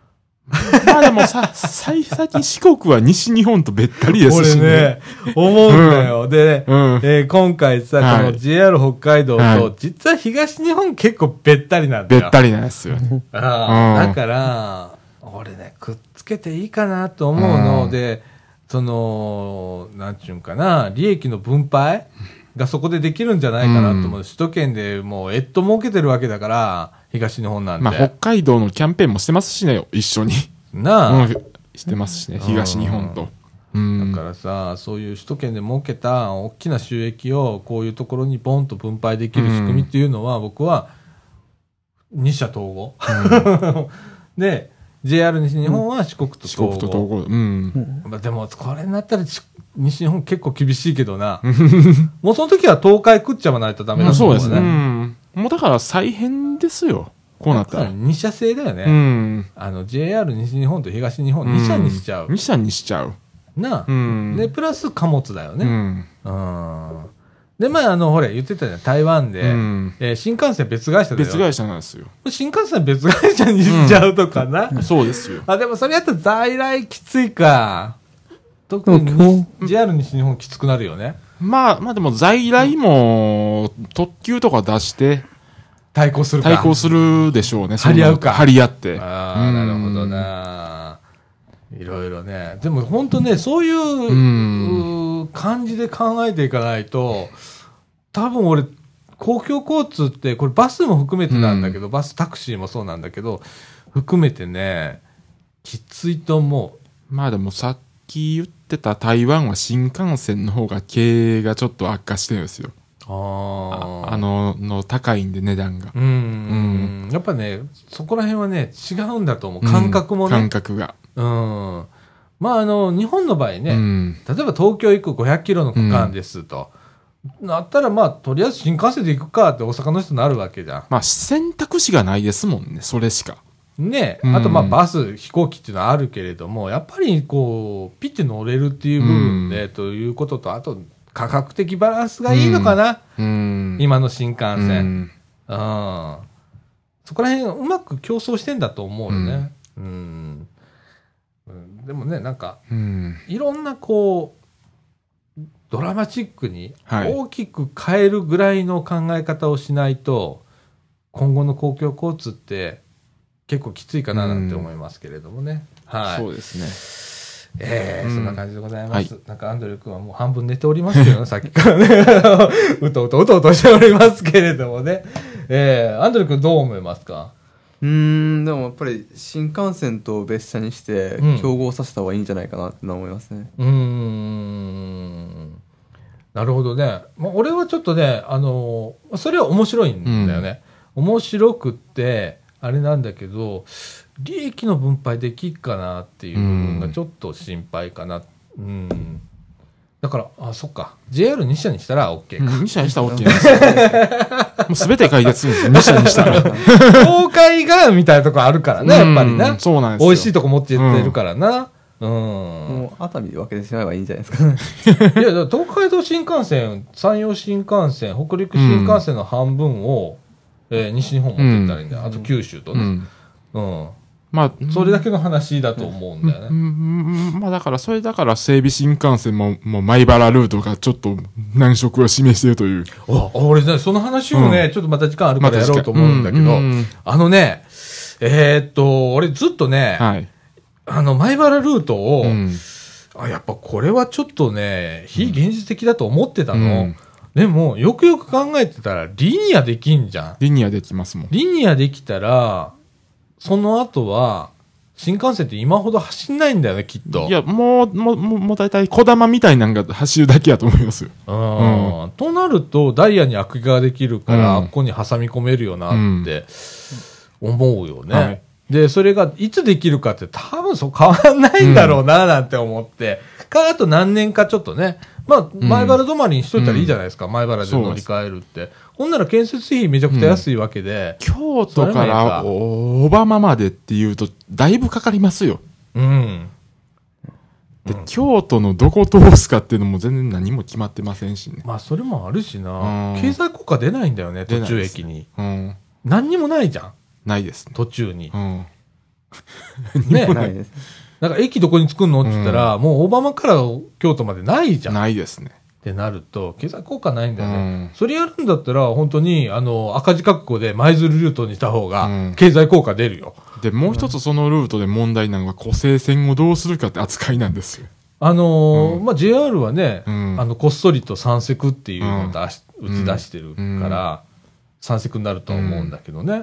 まあでもさ、最近四国は西日本とべったりですしね。
俺ね、思うんだよ。うん、で、うん、えー、今回さ、はい、この ジェイアール 北海道と、はい、実は東日本結構べったりなんだよ。
べったりなんですよ。
あうん、だから、俺ね、くっつけていいかなと思うの、うん、で、その、なんちゅうんかな、利益の分配がそこでできるんじゃないかなと思う。うん、首都圏でもう、えっと儲けてるわけだから、東日本なんで。
まあ、北海道のキャンペーンもしてますしね、一緒に。
なあ、
うん。してますしね、東日本と。
うん、だからさ、そういう首都圏で儲けた大きな収益を、こういうところにボンと分配できる仕組みっていうのは、僕は、二者統合。うん、で、ジェイアール 西日本は四国と統合。四国と統合。うん。でも、これになったら、西日本結構厳しいけどな。もうその時は東海食っちゃわないとダメだと思うね。そうですね。うん。
もうだから再編ですよ。こうなったら。
二社制だよね。うん。あの、ジェイアール 西日本と東日本、二社にしちゃう。
二社にしちゃう。
なあ。うん。で、プラス貨物だよね。うん。うん。で、まあ、あの、ほれ、言ってたじゃん。台湾で、うん、えー、新幹線別会社だよ。
別会社なんですよ。
新幹線別会社にしちゃうとかな。
うん、そうですよ。
あ、でもそれやったら在来きついか。特に ジェイアール 西日本きつくなるよね。
まあ、まあでも在来も特急とか出して、
対抗するか。
対抗するでしょうね。
張り合うか。
張り合って。
ああ、なるほどな。いろいろね。でも本当ね、そういう感じで考えていかないと、多分俺、公共交通って、これバスも含めてなんだけど、うん、バス、タクシーもそうなんだけど、含めてね、きついと思
う。まあでもさっき言ってた台湾は新幹線の方が経営がちょっと悪化してるんですよ。ああの、の高いんで値段が。うんうん。
やっぱね、そこら辺はね、違うんだと思う。感覚もね。
うん、感覚が。
うん。まああの、日本の場合ね、うん、例えば東京行くごひゃくキロの区間ですと。うん、なったらまあ、とりあえず新幹線で行くかって大阪の人になるわけじゃん。
まあ選択肢がないですもんね、それしか。
ね、あとまあバス、飛行機っていうのはあるけれども、やっぱりこう、ピッて乗れるっていう部分で、うん、ということと、あと、価格的バランスがいいのかな、うん、今の新幹線、うん、うん。そこら辺うまく競争してんだと思うよね。うん。うん、でもね、なんか、うん、いろんなこう、ドラマチックに大きく変えるぐらいの考え方をしないと、はい、今後の公共交通って結構きついかななんて思いますけれどもね。
うん、はい。そうですね。
ええーうん、そんな感じでございます。はい、なんかアンドリュー君はもう半分寝ておりますけどね、さっきからね。うとうとうとうとしておりますけれどもね。ええー、アンドリュー君どう思いますか？
うーん、でもやっぱり新幹線と別車にして競合させた方がいいんじゃないかなって思いますね。
うん、うーん。なるほどね。まあ、俺はちょっとね、あのー、それは面白いんだよね。うん、面白くって、あれなんだけど、利益の分配できっかなっていう部分がちょっと心配かな。うん。うん、だから、あ、そっか。ジェイアールに 社にしたら OK か。
うん、に社にしたら OK です。もうすべて解決するんですよ。に社にしたら。
東海がみたいなとこあるからね、やっぱりな。そうなんですよ。美味しいとこ持って言ってるからな。うん。うん、
もう熱海で分けてしまえばいいんじゃないですかね。
いや、東海道新幹線、山陽新幹線、北陸新幹線の半分を、うん、えー、西日本持っていったらいいんだよ。うん、あと九州とね。うん。うんまあ、それだけの話だと思うんだよね。うん
うん、まあだから、それだから整備新幹線も、もう米原ルートがちょっと難色を示しているという。
あ、俺ね、その話をね、うん、ちょっとまた時間あるからやろうと思うんだけど、まあうん、あのね、えー、っと、俺ずっとね、はい、あの、米原ルートを、うん、あ、やっぱこれはちょっとね、非現実的だと思ってたの。うん、でも、よくよく考えてたら、リニアできんじゃん。
リニアできますもん。
リニアできたら、その後は、新幹線って今ほど走んないんだよね、きっと。
いや、もう、もう、もう大体、小玉みたいなのが走るだけやと思いますよ。
うん。うん、となると、ダイヤに空きができるから、うん、あっこに挟み込めるよなって思うよね。うんはい、で、それがいつできるかって多分そう変わんないんだろうな、なんて思って。うん、か、あと何年かちょっとね、まあ、前原止まりにしといたらいいじゃないですか、うん、前原で乗り換えるって。ほんなら建設費めちゃくちゃ安いわけで。
うん、京都から小浜までっていうと、だいぶかかりますよ。うん。で、うん、京都のどこ通すかっていうのも全然何も決まってませんしね。
まあ、それもあるしな。経済効果出ないんだよね、途中駅に。うん。何にもないじゃん。
ないですね。
途中に。うん。 ね。
ないです。
なんか駅どこに作るのって言ったら、うん、もう小浜から京都までないじゃん。
ないですね。
ってなると、経済効果ないんだよね。
うん、
それやるんだったら、本当に、あの、赤字覚悟で舞鶴ルートにした方が、経済効果出るよ。
うん、で、もう一つそのルートで問題なのが、湖西線をどうするかって扱いなんですよ。
あのーうん、まあ、ジェイアール はね、うん、あの、こっそりと三セクっていうのを出し、うん、打ち出してるから、三セクになるとは思うんだけどね。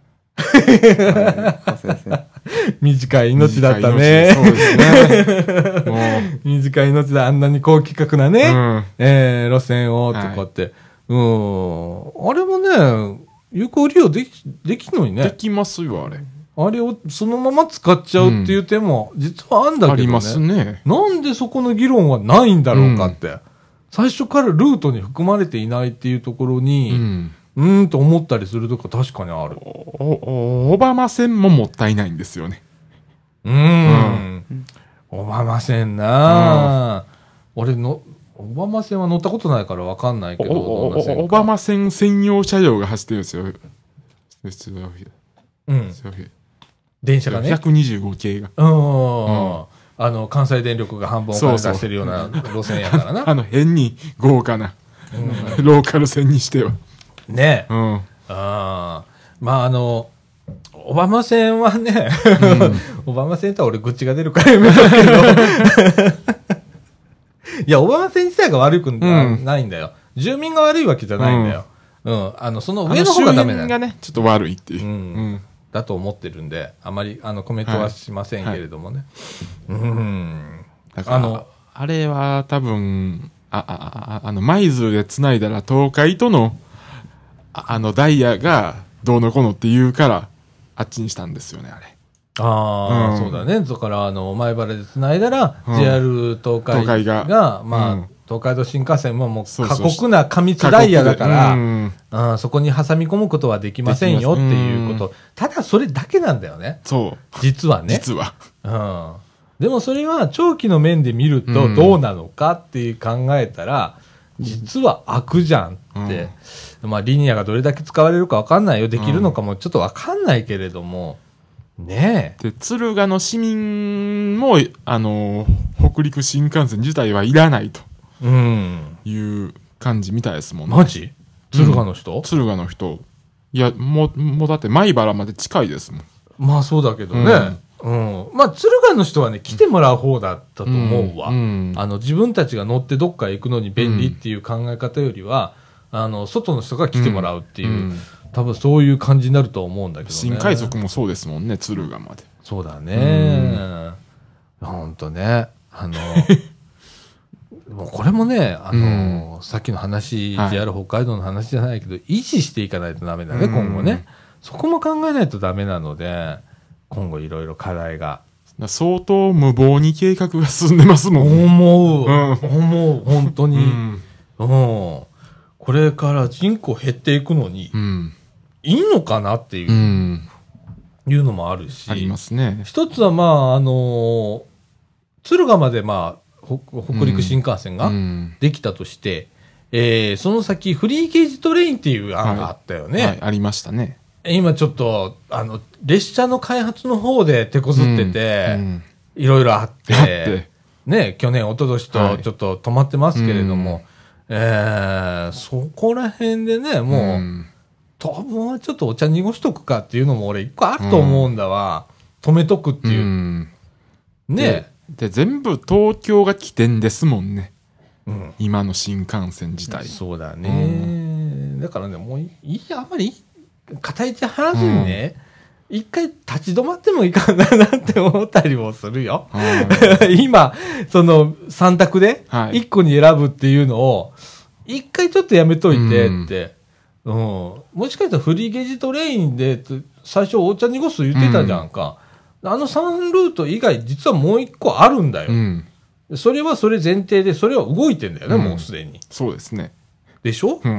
短い命だったね。そうですね。もう短い命であんなに高規格なね、うん、えー、路線をってこうやって、はい、うん、あれもね、有効利用でき、できんのにね。
できますよ、あれ。
あれをそのまま使っちゃうっていう手も実はあんだけどね。うん、ありますね。なんでそこの議論はないんだろうかって。うん、最初からルートに含まれていないっていうところに、うんうーんと思ったりするとか確かにある。
お、オバマ線ももったいないんですよね。
うーん。オバマ線なぁ、うん。俺の、オバマ線は乗ったことないから分かんないけど、
オバマ線専用車両が走ってるんですよ。
うん。電車がね。
ひゃくにじゅうご系が。
うん。うんあの、関西電力が半分お金出してるような路線やからな。
あの、変に豪華な、うん、ローカル線にしては。
ねえ。うん。ああ。まあ、あの、オバマ線はね、うん、オバマ線とは俺愚痴が出るからやめたけど。いや、オバマ線自体が悪くないんだよ。うん、住民が悪いわけじゃないんだよ。うん。うん、あの、その上の方がダメだよ。
住民がね、ちょっと悪いっていう。
うん。うん、だと思ってるんで、あまり、あの、コメントはしませんけれどもね。はいはい、うん。
だから、あの、あれは多分、あ、あ、あ、あの、舞鶴で繋いだら東海との、あのダイヤがどうのこうのって言うからあっちにしたんですよねあれ。
ああ、うん、そうだね。だからあの前原で繋いだら、うん、ジェイアール 東海が、東海がまあ、うん、東海道新幹線ももう過酷な過密ダイヤだから、うん、あそこに挟み込むことはできませんよっていうこと。ただそれだけなんだよね。
そう。
実はね。
実は。
うん。でもそれは長期の面で見るとどうなのかっていう考えたら、実は悪じゃんって。うん、まあ、リニアがどれだけ使われるかわかんないよ。できるのかもちょっとわかんないけれども。ね
え。で、敦賀の市民も、あの、北陸新幹線自体はいらないと。うん。いう感じみたいですもんね。
マジ？敦賀の人？
うん、敦賀の人。いや、もう、もうだって米原まで近いですもん。
まあそうだけどね。うんうん。まあ、敦賀の人はね、来てもらう方だったと思うわ。うんうん、あの、自分たちが乗ってどっか行くのに便利っていう考え方よりは、うん、あの、外の人が来てもらうっていう、うん、多分そういう感じになると思うんだけどね。
新快速もそうですもんね、敦賀まで。
そうだね。うん、ほんとね。あの、もうこれもね、あの、うん、さっきの話、ジェイアール 北海道の話じゃないけど、維持していかないとダメだね、うん、今後ね。そこも考えないとダメなので、今後いろいろ課題が。
相当無謀に計画が進んでますもん。
思う。うん、思う。本当に、うん。うん。これから人口減っていくのに、うん、いいのかなっていう、うん、いうのもあるし。
ありますね。
一つはまあ、あのー、敦賀までまあ、北陸新幹線ができたとして、うん、えー、その先フリーゲージトレインっていう案があったよね。はいはい、
ありましたね。
今ちょっと、あの、列車の開発の方で手こずってて、いろいろあって、ってね、去年、一昨年とちょっと止まってますけれども、はい、えー、そこら辺でね、もう、うん、当分はちょっとお茶濁しとくかっていうのも俺一個あると思うんだわ。うん、止めとくっていう。うん、ね
で。で、全部東京が起点ですもんね。うん、今の新幹線自体。
そうだね。うん、だからね、もういい、あんまりいい。片一張らずにね、うん、一回立ち止まってもいいかなって思ったりもするよ。今、その三択で一個に選ぶっていうのを、一回ちょっとやめといてって、うん、うん。もしかしたらフリーゲージトレインで最初お茶濁す言ってたじゃんか。うん、あのさんルート以外実はもう一個あるんだよ。うん、それはそれ前提で、それは動いてんだよね、うん、もうすでに。
そうですね。
でしょ、うん、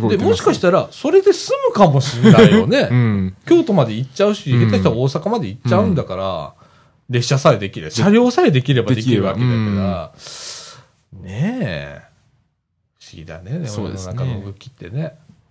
で、もしかしたら、それで済むかもしれないよね。うん、京都まで行っちゃうし、うん、下手したら大阪まで行っちゃうんだから、うん、列車さえできれば、車両さえできればできるわけだから、うん、ねえ、不思議だね、世の中の動きってね。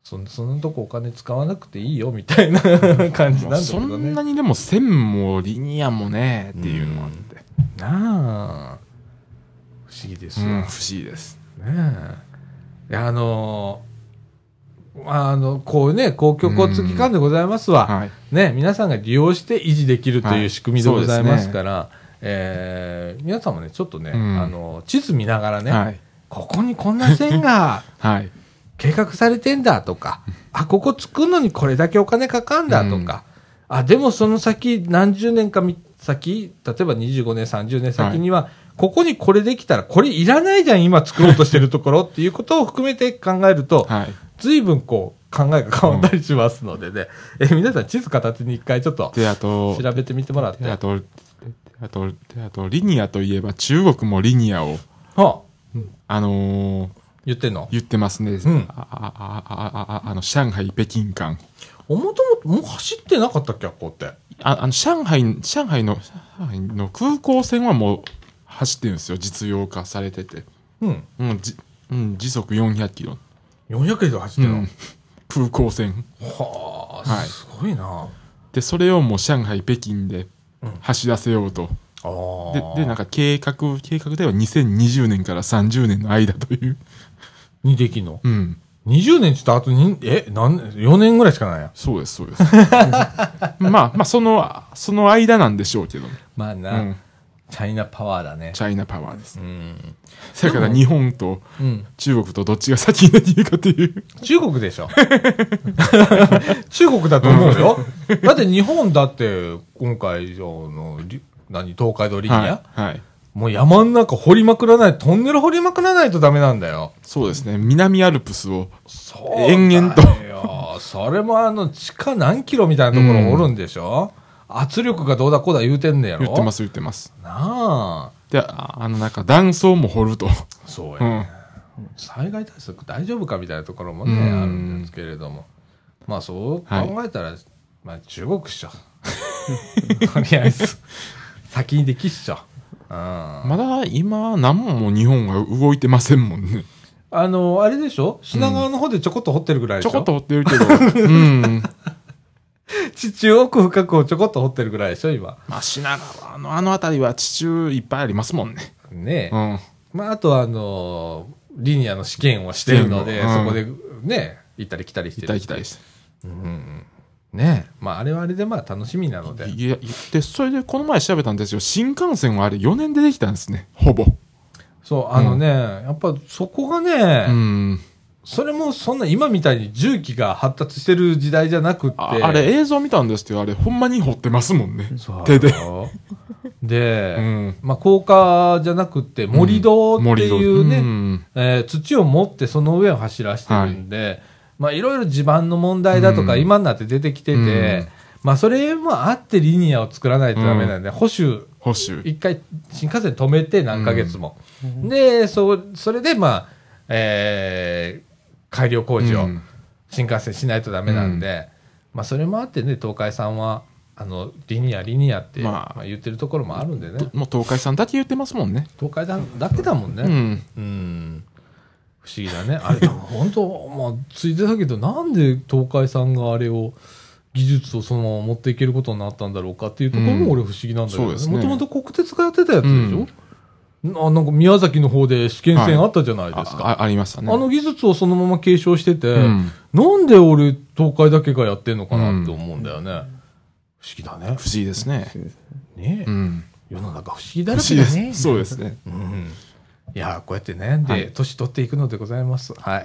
そんそんなとこお金使わなくていいよみたいな感じなんだけどね。
そんなにでも線もリニアもねっていうのもあって、
なあ不思議ですよ、
うん、不思議です
ねえ。いやあのー、あのこうね公共交通機関でございますわ、
はい、
ね、皆さんが利用して維持できるという仕組みでございますから、はい、えー、皆さんもねちょっとね、うん、あの地図見ながらね、はい、ここにこんな線が、はい計画されてんだとか、あ、ここ作るのにこれだけお金かかんだとか、うん、あ、でもその先何十年か先、例えばにじゅうごねん、さんじゅうねん先には、はい、ここにこれできたら、これいらないじゃん、今作ろうとしてるところっていうことを含めて考えると、はい、随分こう、考えが変わったりしますのでね、うん、え皆さん地図片手に一回ちょっと調べてみてもらって。
であと、あと、あと、リニアといえば中国もリニアを、はあ、あのー、
言ってんの
言ってますね。うん、あああああの上海北京間。
もともともう走ってなかったっけこうって。
ああの上海上海の上海の空港線はもう走ってるんですよ。実用化されてて。うんうんじうん、時速よんひゃくキロ。
よんひゃくキロで走ってるの、うん、
空港線。
はあ、はい、すごいな。
でそれをもう上海北京で走らせようと。うん、ででなんか計画計画ではにせんにじゅうねんからさんじゅうねんの間という。
にできんの、うん、にじゅうねんちょっとあとにえなんよねんぐらいしかないや。
そうですそうですまあまあそのその間なんでしょうけど
まあな、うん、チャイナパワーだね。
チャイナパワーです、うん、それから日本と中国とどっちが先にできるかという、
中国でしょ中国だと思うよだって日本だって今回の何東海道リニア、はいはい、もう山ん中掘りまくらない、トンネル掘りまくらないとダメなんだよ。
そうですね。南アルプスを延々と。
それもあの地下何キロみたいなところ掘るんでしょ、うん、圧力がどうだこうだ言うてんねやろ。
言ってます言ってます。
なあ。
で、あのなんか断層も掘ると。
そうやね、うん。災害対策大丈夫かみたいなところもね、うん、あるんですけれども。まあそう考えたら、はい、まあ中国っしょ。とりあえず、先にできっしょ。
まだ今何ももう日本は動いてませんもんね。
あのあれでしょ、品川の方でちょこっと掘ってるぐらいでしょ、
ちょこっと掘ってるけど、うん、
地中奥深くをちょこっと掘ってるぐらいでしょ今。
まあ品川のあの辺りは地中いっぱいありますもんね。
ねえ、うん、まああとはあのリニアの試験をしてるので、うん、そこでね行ったり来たりしてる。
行ったり来たりして、うん、
ねえ、まああれはあれでまあ楽しみなので。
いや、でそれでこの前調べたんですよ。新幹線はあれよねんでできたんですね、ほぼ。
そうあのね、うん、やっぱそこがね、うん、それもそんな今みたいに重機が発達してる時代じゃなくって、あ,
あれ映像見たんですけど、あれほんまに掘ってますもんね、手で。
で、うん、まあ高架じゃなくて盛り土っていうね、うん、えー、土を持ってその上を走らせてるんで。はい、まあいろいろ地盤の問題だとか今になって出てきてて、うん、まあそれもあってリニアを作らないとダメなんで、うん、保守、
保守。
一回新幹線止めて何ヶ月も。うん、で、そ、それでまあ、えー、改良工事を新幹線しないとダメなんで、うん、まあそれもあってね、東海さんは、あの、リニア、リニアって、まあ、まあ言ってるところもあるんでね。
もう東海さんだけ言ってますもんね。
東海だだけだもんね。うん。うん不思議だね。あれ、本当、まあ、ついてたけど、なんで東海さんがあれを、技術をそのまま持っていけることになったんだろうかっていうところも俺不思議なんだけどね。もともと国鉄がやってたやつでしょ、うん、あなんか宮崎の方で試験線あったじゃないですか。
はい、あ, ありましたね。
あの技術をそのまま継承してて、うん、なんで俺、東海だけがやってんのかなって思うんだよね。うん、不思議だね。
不思議ですね。
ねえ、うん。世の中不思議だらけだね。
そうですね。
うんいやこうやってね、で、はい、年取っていくのでございます。はい。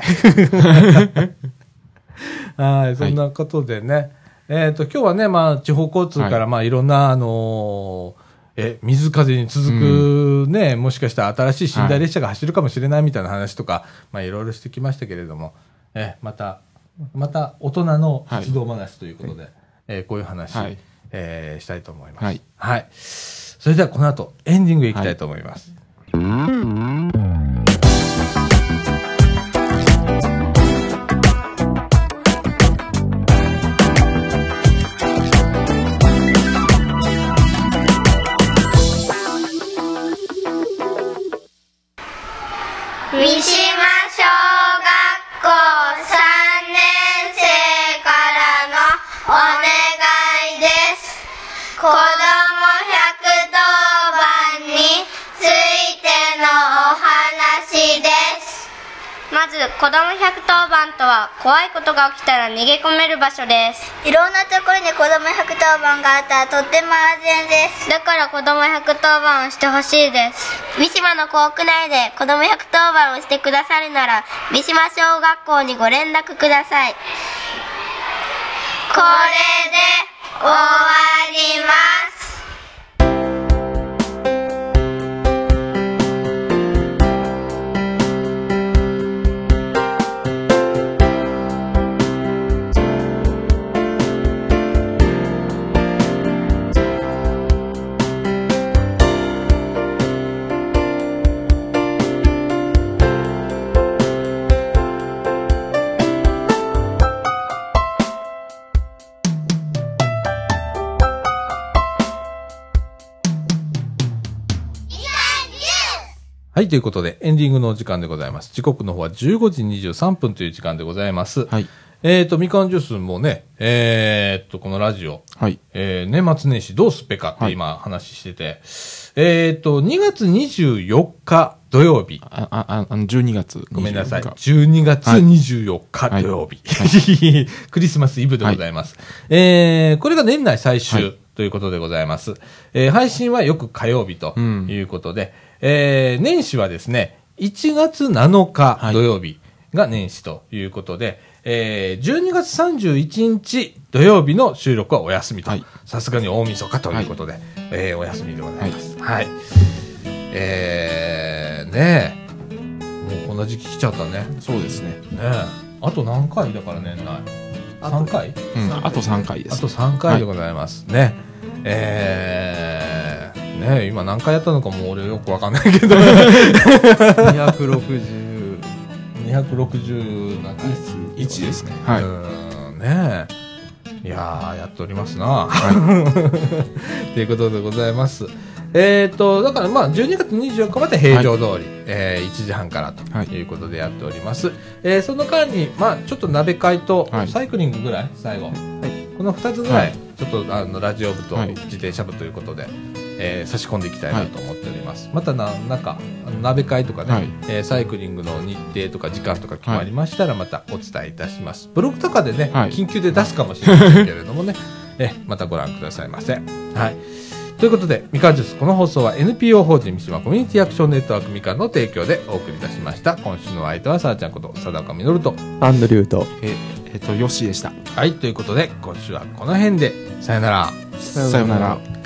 はい、そんなことでね。はい、えっと、今日はね、まあ、地方交通から、はい、まあ、いろんな、あのー、え、水風に続くね、うん、もしかしたら新しい寝台列車が走るかもしれないみたいな話とか、はい、まあ、いろいろしてきましたけれども、え、また、また、大人の鉄道話ということで、はい、えー、こういう話、はい、えー、したいと思います。はい。はい。それでは、この後、エンディングいきたいと思います。はい三
島小学校さんねん話です。
まず子どもひゃくとおばんとは怖いことが起きたら逃げ込める場所です。
いろんなところに子どもひゃくとおばんがあったらとっても安全です。
だから子どもひゃくとおばんをしてほしいです。
三島の校区内で子どもひゃくとおばんをしてくださるなら三島小学校にご連絡ください。
これで終わります。
はい、ということで、エンディングのお時間でございます。時刻の方はじゅうごじにじゅうさんぷんという時間でございます。
はい。
えっ、ー、と、みかんジュースもね、えっ、ー、と、このラジオ、
はい。
えー、年末年始どうすっぺかって今話してて、はい、えっ、ー、と、にがつにじゅうよっか土曜日。
あ、あ、あの、じゅうにがつ。
ごめんなさい。じゅうにがつにじゅうよっか土曜日。はいはい、クリスマスイブでございます。はい、えー、これが年内最終、はい、ということでございます。えー、配信はよく火曜日ということで、うん、えー、年始はですね、いちがつなのか土曜日が年始ということで、はい、えー、じゅうにがつさんじゅういちにち土曜日の収録はお休みと。さすがに大晦日ということで、はい、えー、お休みでございます。はい。はい、えー、ねえ、もうこんな時期来ちゃったね。
そうですね。
ねえ。あと何回だから年内 ?さん 回、
うん、あとさんかいです。
あとさんかいでございます。はい、ね。えー、ねえ、今何回やったのかも俺よくわかんないけど。に
ひゃくろくじゅう。
にひゃくろくじゅうなんか
いちですね。はい。
うん、ねえ。いやー、やっておりますな。はい。ということでございます。えっ、ー、と、だからまあ、じゅうにがつにじゅうよっかまで平常通り、はい、えー、いちじはんからということでやっております。はい、えー、その間に、まあ、ちょっと鍋会とサイクリングぐらい、最後。はい、このふたつぐらい、はい、ちょっとあのラジオ部と自転車部ということで、はい、えー、差し込んでいきたいなと思っております。はい、またな、なんか、鍋会とかね、はい、えー、サイクリングの日程とか時間とか決まりましたら、またお伝えいたします。ブログとかでね、はい、緊急で出すかもしれませんけれどもね、えまたご覧くださいませ。はい。ということで、みかんジュース、この放送は エヌピーオー 法人三島コミュニティアクションネットワークみかんの提供でお送りいたしました。今週の相手はさあちゃんこと佐岡実と
アンドリューと
ええっとヨッシーでした。
はい、ということで今週はこの辺でさよなら。
さよなら。